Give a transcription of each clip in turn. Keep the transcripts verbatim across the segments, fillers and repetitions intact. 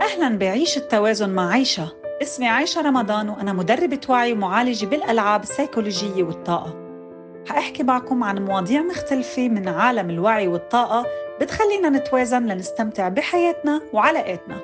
أهلاً بعيش التوازن مع عيشة. اسمي عيشة رمضان وأنا مدربة وعي ومعالجة بالألعاب السيكولوجية والطاقة. حأحكي معكم عن مواضيع مختلفة من عالم الوعي والطاقة بتخلينا نتوازن لنستمتع بحياتنا وعلاقاتنا.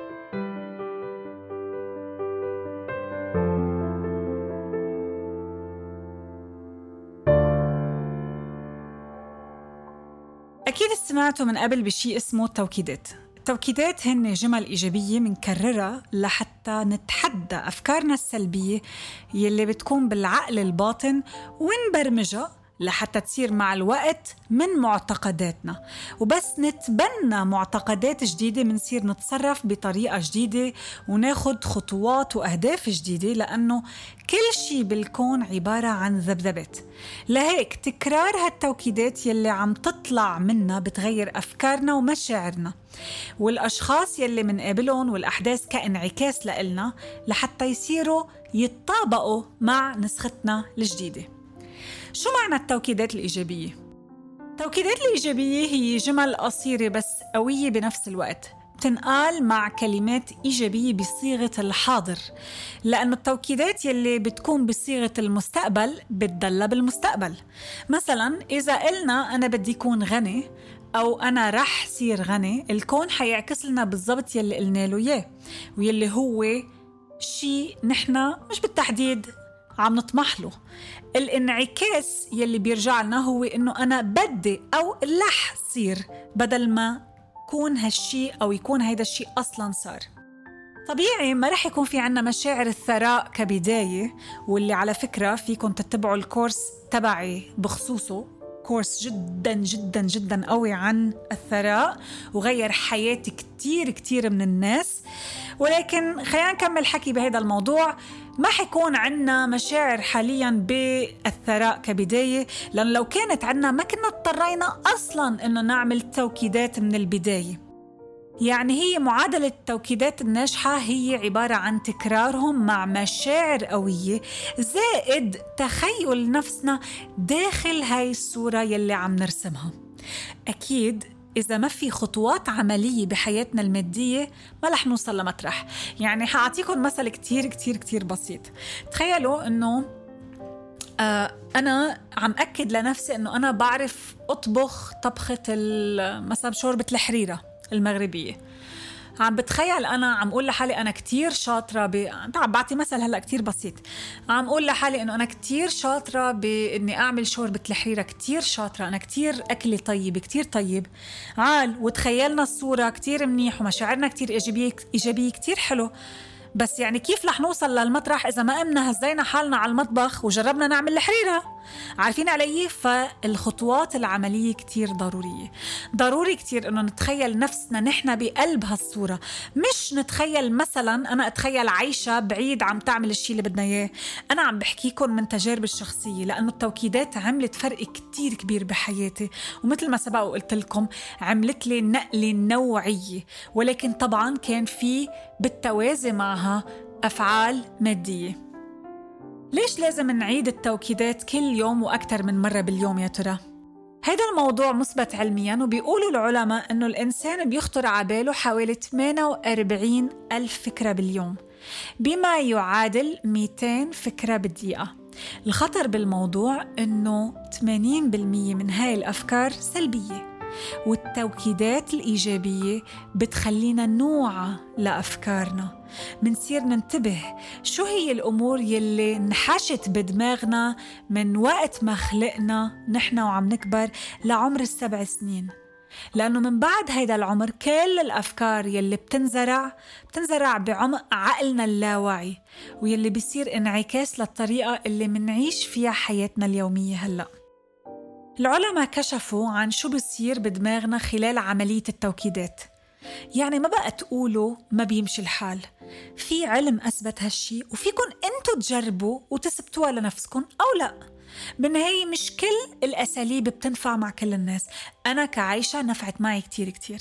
أكيد سمعتوا من قبل بشيء اسمه التوكيدات. التوكيدات هن جمل إيجابية منكررها لحتى نتحدى أفكارنا السلبية يلي بتكون بالعقل الباطن ونبرمجها لحتى تصير مع الوقت من معتقداتنا، وبس نتبنى معتقدات جديدة منصير نتصرف بطريقة جديدة وناخد خطوات وأهداف جديدة، لأنه كل شي بالكون عبارة عن ذبذبات. لهيك تكرار هالتوكيدات يلي عم تطلع منا بتغير أفكارنا ومشاعرنا والأشخاص يلي منقابلهم والأحداث كإنعكاس لإلنا لحتى يصيروا يتطابقوا مع نسختنا الجديدة. شو معنى التوكيدات الإيجابية؟ التوكيدات الإيجابية هي جمل قصيرة بس قوية بنفس الوقت، بتنقال مع كلمات إيجابية بصيغة الحاضر، لأنه التوكيدات يلي بتكون بصيغة المستقبل بتدل بالمستقبل. مثلاً إذا قلنا أنا بدي أكون غني أو أنا رح صير غني، الكون حيعكس لنا بالضبط يلي قلنا له إياه، ويلي هو شيء نحنا مش بالتحديد عم نطمح له. الانعكاس يلي بيرجع لنا هو إنه أنا بدي أو رح صير، بدل ما يكون هالشي أو يكون هيدا الشي أصلاً صار. طبيعي ما رح يكون في عنا مشاعر الثراء كبداية، واللي على فكرة فيكم تتبعوا الكورس تبعي بخصوصه، كورس جداً جداً جداً قوي عن الثراء وغير حياة كتير كتير من الناس. ولكن خلينا نكمل حكي بهذا الموضوع. ما حيكون عنا مشاعر حالياً بالثراء كبداية، لأن لو كانت عنا ما كنا اضطرينا أصلاً إنه نعمل توكيدات من البداية. يعني هي معادلة التوكيدات الناجحة هي عبارة عن تكرارهم مع مشاعر قوية زائد تخيل نفسنا داخل هاي الصورة يلي عم نرسمها. أكيد إذا ما في خطوات عملية بحياتنا المادية ما رح نوصل لمطرح. يعني حأعطيكم مثل كتير كتير كتير بسيط. تخيلوا إنه آه أنا عم أكد لنفسي إنه أنا بعرف أطبخ طبخة مثلا شوربة الحريرة المغربية. عم بتخيل أنا عم أقول لحالي أنا كتير شاطرة ب... عم بعطي مثل هلأ كتير بسيط. عم أقول لحالي إنه أنا كتير شاطرة بإني أعمل شوربة الحريرة، كتير شاطرة، أنا كتير أكلي طيب كتير طيب عال، وتخيلنا الصورة كتير منيح ومشاعرنا كتير إيجابية إيجابية كتير حلو. بس يعني كيف رح نوصل للمطرح إذا ما قمنا هزينا حالنا على المطبخ وجربنا نعمل الحريرة؟ عارفين علي؟ فالخطوات العملية كتير ضرورية. ضروري كتير إنه نتخيل نفسنا نحن بقلب هالصورة، مش نتخيل مثلا أنا أتخيل عايشة بعيد عم تعمل الشيء اللي بدنا إياه. أنا عم بحكيكم من تجارب الشخصية، لأنه التوكيدات عملت فرق كتير كبير بحياتي، ومثل ما سبق وقلت لكم عملت لي نقلة نوعية، ولكن طبعا كان في بالتوازي معها أفعال مادية. ليش لازم نعيد التوكيدات كل يوم وأكثر من مرة باليوم يا ترى؟ هذا الموضوع مثبت علمياً، وبيقولوا العلماء أنه الإنسان بيخطر عباله حوالي ثمانية وأربعين ألف فكرة باليوم، بما يعادل مئتين فكرة بالدقيقة. الخطر بالموضوع أنه ثمانين بالمئة من هاي الأفكار سلبية، والتوكيدات الإيجابية بتخلينا نوعى لأفكارنا، منصير ننتبه شو هي الأمور يلي انحشت بدماغنا من وقت ما خلقنا نحن وعم نكبر لعمر السبع سنين. لأنه من بعد هيدا العمر كل الأفكار يلي بتنزرع بتنزرع بعمق عقلنا اللاواعي، ويلي بيصير انعكاس للطريقة اللي منعيش فيها حياتنا اليومية. هلأ العلماء كشفوا عن شو بيصير بدماغنا خلال عملية التوكيدات. يعني ما بقى تقولوا ما بيمشي الحال، في علم أثبت هالشي، وفيكن أنتوا تجربوا وتثبتوها لنفسكن أو لا. بالنهاية مش كل الأساليب بتنفع مع كل الناس. أنا كعايشة نفعت معي كتير كتير.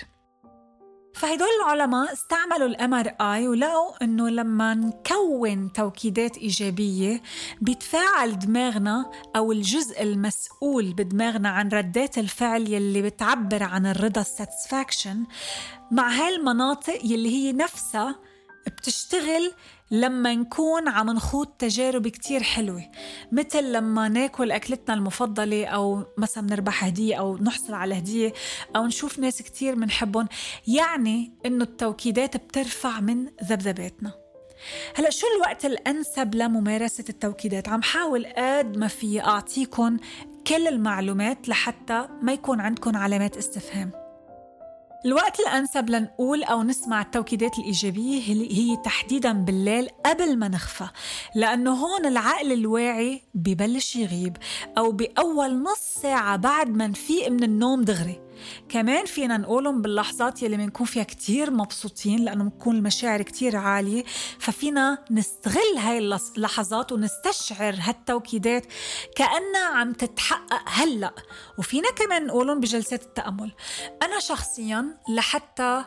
فهيدول العلماء استعملوا الام ار اي ولقوا انه لما نكون توكيدات ايجابيه بيتفاعل دماغنا او الجزء المسؤول بدماغنا عن ردات الفعل يلي بتعبر عن الرضا الساتسفاكشن مع هالمناطق يلي هي نفسها بتشتغل لما نكون عم نخوض تجارب كتير حلوة، مثل لما ناكل أكلتنا المفضلة، أو مثلا نربح هدية أو نحصل على هدية، أو نشوف ناس كتير منحبهم. يعني إنه التوكيدات بترفع من ذبذباتنا. هلأ شو الوقت الأنسب لممارسة التوكيدات؟ عم حاول قد ما في أعطيكم كل المعلومات لحتى ما يكون عندكم علامات استفهام. الوقت الأنسب لنقول أو نسمع التوكيدات الإيجابية هي تحديداً بالليل قبل ما نخفى، لأنه هون العقل الواعي ببلش يغيب، أو بأول نص ساعة بعد ما نفيق من النوم دغري. كمان فينا نقولهم باللحظات يلي منكون فيها كتير مبسوطين، لأنه منكون المشاعر كتير عالية، ففينا نستغل هاي اللحظات ونستشعر هالتوكيدات كأنها عم تتحقق هلأ. وفينا كمان نقولهم بجلسات التأمل. أنا شخصياً لحتى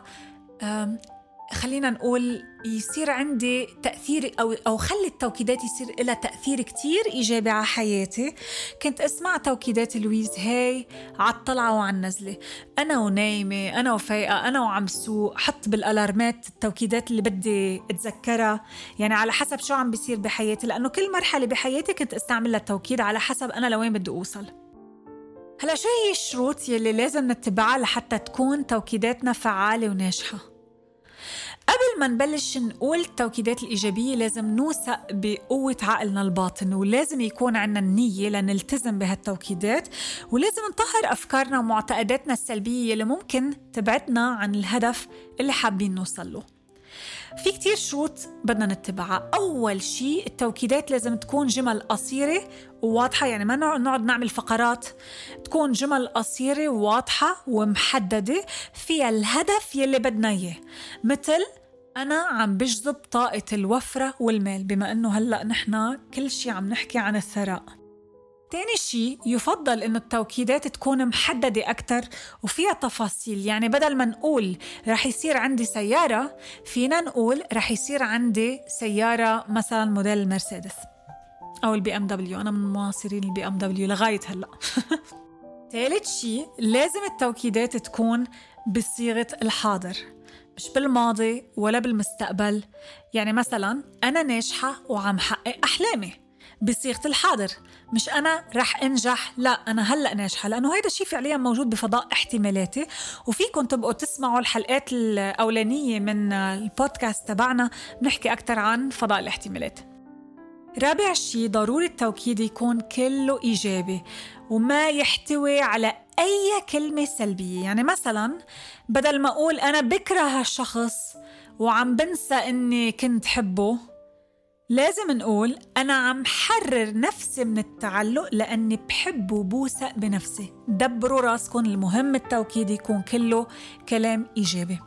خلينا نقول يصير عندي تأثير أو, أو خلي التوكيدات يصير لها تأثير كتير إيجابي على حياتي، كنت أسمع توكيدات لويز هاي عالطلعة وعالنزلة، أنا ونايمة، أنا وفايقة، أنا وعم سوق، حط بالألارمات التوكيدات اللي بدي أتذكرها، يعني على حسب شو عم بيصير بحياتي، لأنه كل مرحلة بحياتي كنت أستعمل لها التوكيد على حسب أنا لوين بدي أوصل. هلأ شو هي الشروط يلي لازم نتبعها لحتى تكون توكيداتنا فعالة وناجحة؟ قبل ما نبلش نقول التوكيدات الإيجابية لازم نوثق بقوة عقلنا الباطن، ولازم يكون عنا النية لنلتزم بهالتوكيدات، ولازم نطهر أفكارنا ومعتقداتنا السلبية اللي ممكن تبعدنا عن الهدف اللي حابين نوصل له. في كتير شروط بدنا نتبعها. أول شيء التوكيدات لازم تكون جمل قصيرة وواضحة، يعني ما نقعد نعمل فقرات، تكون جمل قصيرة وواضحة ومحددة فيها الهدف يلي بدنا إياه، مثل أنا عم بجذب طاقة الوفرة والمال، بما أنه هلأ نحنا كل شيء عم نحكي عن الثراء. تاني شيء يفضل إنه التوكيدات تكون محددة أكتر وفيها تفاصيل، يعني بدل ما نقول رح يصير عندي سيارة، فينا نقول رح يصير عندي سيارة مثلا موديل المرسيدس أو البي ام دبليو. أنا من معاصرين البي ام دبليو لغاية هلأ. ثالث شيء لازم التوكيدات تكون بصيغة الحاضر، مش بالماضي ولا بالمستقبل. يعني مثلا أنا ناجحة وعم حقق أحلامي، بصيغة الحاضر، مش أنا رح أنجح، لا أنا هلأ ناجحة، لأنه هيدا الشيء فعليا موجود بفضاء احتمالاتي، وفيكم تبقوا تسمعوا الحلقات الأولانية من البودكاست تبعنا بنحكي أكتر عن فضاء الاحتمالات. رابع شيء ضروري التوكيد يكون كله إيجابي وما يحتوي على أي كلمة سلبية. يعني مثلا بدل ما أقول أنا بكره هالشخص وعم بنسى أني كنت حبه، لازم نقول أنا عم حرر نفسي من التعلق لأني بحب وبوثق بنفسي. دبروا راسكم، المهم التوكيد يكون كله كلام إيجابي.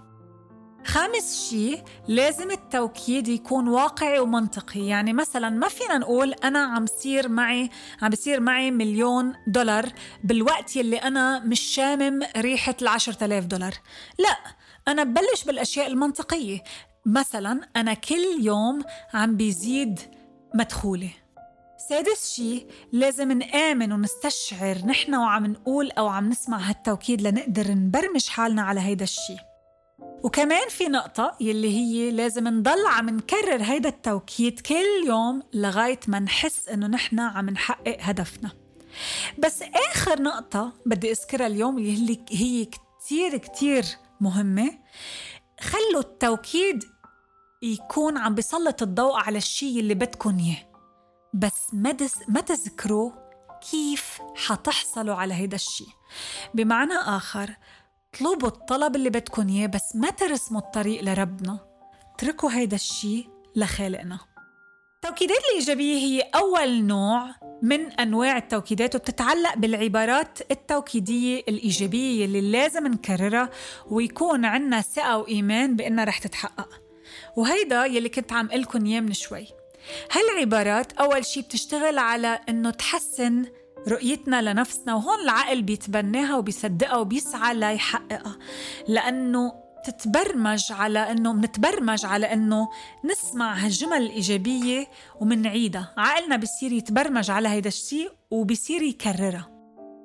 خامس شيء لازم التوكيد يكون واقعي ومنطقي. يعني مثلا ما فينا نقول أنا عم صير معي عم بصير معي مليون دولار بالوقت يلي أنا مش شامم ريحة العشرة آلاف دولار. لا، أنا ببلش بالأشياء المنطقية. مثلا أنا كل يوم عم بيزيد مدخولي. سادس شيء لازم نآمن ونستشعر نحن وعم نقول أو عم نسمع هالتوكيد لنقدر نبرمج حالنا على هيدا الشيء. وكمان في نقطة يلي هي لازم نضل عم نكرر هيدا التوكيد كل يوم لغاية ما نحس إنه نحن عم نحقق هدفنا. بس آخر نقطة بدي أذكرها اليوم اللي هي كتير كتير مهمة، خلوا التوكيد يكون عم بيسلط الضوء على الشيء اللي بدكن إياه، بس ما, ما تذكروا كيف حتحصلوا على هيدا الشيء. بمعنى آخر، اطلبوا الطلب اللي بدكن إياه بس ما ترسموا الطريق لربنا، اتركوا هيدا الشيء لخالقنا. التوكيدات الإيجابية هي أول نوع من أنواع التوكيدات، وبتتعلق بالعبارات التوكيدية الإيجابية اللي لازم نكررها ويكون عنا ثقة وإيمان بأنها رح تتحقق. وهيدا يلي كنت عم قلكن إياه من شوي. هالعبارات أول شي بتشتغل على أنه تحسن رؤيتنا لنفسنا، وهون العقل بيتبناها وبيصدقها وبيسعى ليحققها، لأنه تتبرمج على أنه منتبرمج على أنه نسمع هالجمل الإيجابية ومنعيدها. عقلنا بيصير يتبرمج على هيدا الشيء وبيصير يكررها.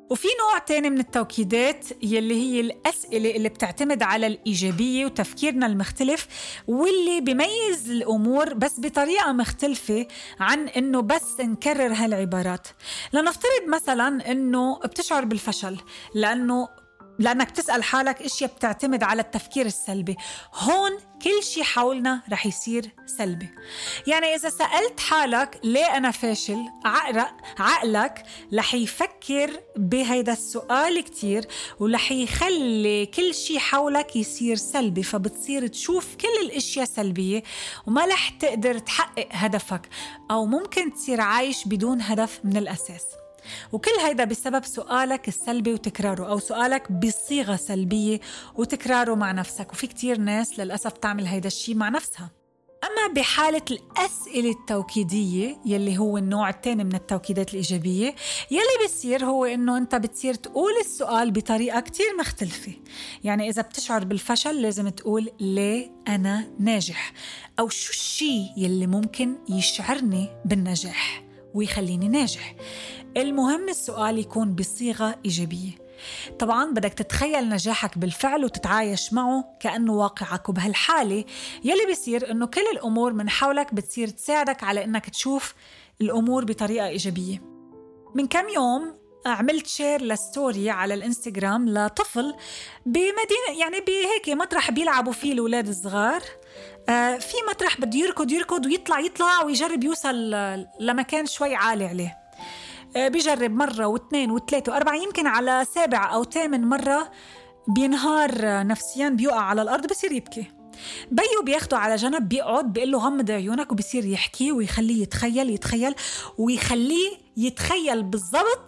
وفي نوع تاني من التوكيدات يلي هي الأسئلة اللي بتعتمد على الإيجابية وتفكيرنا المختلف، واللي بيميز الأمور بس بطريقة مختلفة عن إنه بس نكرر هالعبارات. لنفترض مثلاً إنه بتشعر بالفشل لأنه لأنك تسأل حالك إشياء بتعتمد على التفكير السلبي، هون كل شيء حولنا رح يصير سلبي. يعني إذا سألت حالك ليه أنا فاشل، عقلك رح يفكر بهيدا السؤال كتير ورح يخلي كل شيء حولك يصير سلبي، فبتصير تشوف كل الأشياء سلبية وما رح تقدر تحقق هدفك، أو ممكن تصير عايش بدون هدف من الأساس. وكل هيدا بسبب سؤالك السلبي وتكراره، أو سؤالك بصيغة سلبية وتكراره مع نفسك. وفي كتير ناس للأسف تعمل هيدا الشيء مع نفسها. أما بحالة الأسئلة التوكيدية يلي هو النوع الثاني من التوكيدات الإيجابية، يلي بيصير هو إنه أنت بتصير تقول السؤال بطريقة كتير مختلفة. يعني إذا بتشعر بالفشل لازم تقول ليه أنا ناجح، أو شو الشيء يلي ممكن يشعرني بالنجاح ويخليني ناجح. المهم السؤال يكون بصيغة إيجابية. طبعاً بدك تتخيل نجاحك بالفعل وتتعايش معه كأنه واقعك، وبهالحالة يلي بيصير إنه كل الأمور من حولك بتصير تساعدك على إنك تشوف الأمور بطريقة إيجابية. من كم يوم عملت شير لستوري على الانستغرام لطفل بمدينة، يعني بهيك مطرح بيلعبوا فيه الأولاد الصغار. آه في مطرح بده يركض يركض ويطلع يطلع ويجرب يوصل لمكان شوي عالي عليه. آه بيجرب مرة واثنين وثلاثة وأربعة، يمكن على سابع أو ثامن مرة بينهار نفسيا، بيقع على الأرض، بصير يبكي. بيو بياخده على جنب، بيقعد بيقول له غمض عيونك، وبيصير يحكي ويخليه يتخيل يتخيل ويخليه يتخيل بالضبط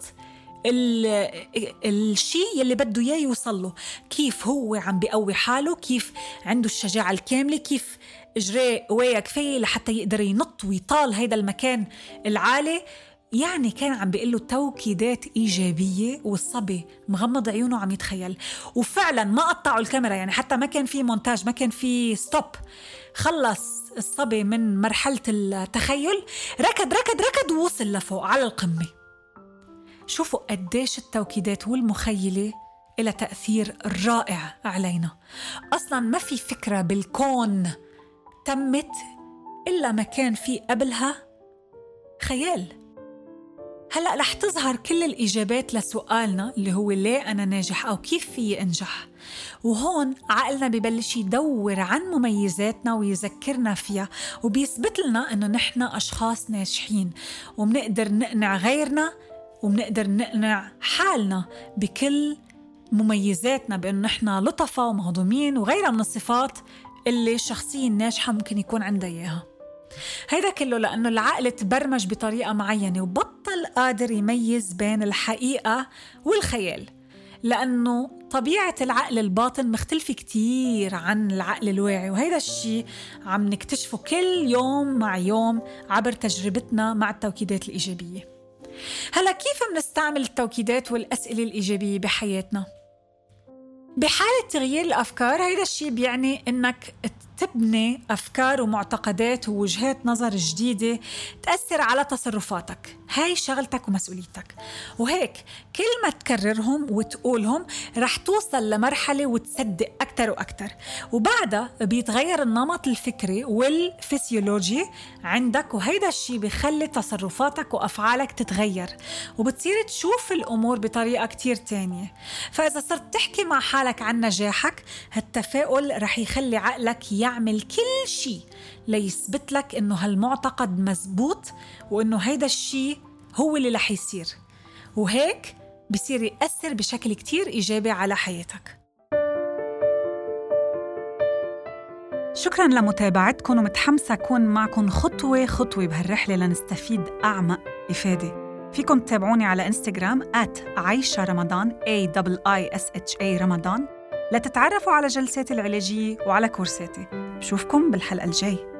الشيء يلي بده اياه يوصل له، كيف هو عم بيقوي حاله، كيف عنده الشجاعة الكاملة، كيف اجراه قوية كفاية لحتى يقدر ينط ويطال هيدا المكان العالي. يعني كان عم بيقول له توكيدات إيجابية، والصبي مغمض عيونه عم يتخيل. وفعلا ما قطعوا الكاميرا، يعني حتى ما كان في مونتاج، ما كان في ستوب. خلص الصبي من مرحلة التخيل، ركض ركض ركض ووصل لفوق على القمة. شوفوا قديش التوكيدات والمخيلة إلى تأثير رائع علينا. أصلاً ما في فكرة بالكون تمت إلا ما كان في قبلها خيال. هلأ رح تظهر كل الإجابات لسؤالنا اللي هو ليه أنا ناجح أو كيف في أنجح، وهون عقلنا ببلش يدور عن مميزاتنا ويذكرنا فيها، وبيثبت لنا أنه نحن أشخاص ناجحين، ومنقدر نقنع غيرنا ومنقدر نقنع حالنا بكل مميزاتنا، بأنه نحن لطفة ومهضومين وغيرها من الصفات اللي الشخصية الناجحة ممكن يكون عندها إياها. هيدا كله لأنه العقل تبرمج بطريقة معينة وبطل قادر يميز بين الحقيقة والخيال، لأنه طبيعة العقل الباطن مختلفة كتير عن العقل الواعي. وهيدا الشيء عم نكتشفه كل يوم مع يوم عبر تجربتنا مع التوكيدات الإيجابية. هلا كيف منستعمل التوكيدات والأسئلة الإيجابية بحياتنا؟ بحالة تغيير الأفكار، هيدا الشيء بيعني إنك تبني أفكار ومعتقدات ووجهات نظر جديدة تأثر على تصرفاتك. هاي شغلتك ومسؤوليتك، وهيك كل ما تكررهم وتقولهم رح توصل لمرحلة وتصدق أكتر وأكتر، وبعدها بيتغير النمط الفكري والفسيولوجي عندك، وهيدا الشيء بيخلي تصرفاتك وأفعالك تتغير، وبتصير تشوف الأمور بطريقة كتير تانية. فإذا صرت تحكي مع حالك عن نجاحك، هالتفاؤل رح يخلي عقلك يعمل كل شيء ليثبت لك إنه هالمعتقد مزبوط، وإنه هيدا الشيء هو اللي رح يصير، وهيك بصير يأثر بشكل كتير إيجابي على حياتك. شكراً لمتابعتكم، ومتحمسة أكون معكم خطوة خطوة بهالرحلة لنستفيد أعمق إفادة. فيكم تتابعوني على إنستغرام آت عايشة رمضان A I I S H A رمضان لتتعرفوا على جلساتي العلاجية وعلى كورساتي. بشوفكم بالحلقة الجاي.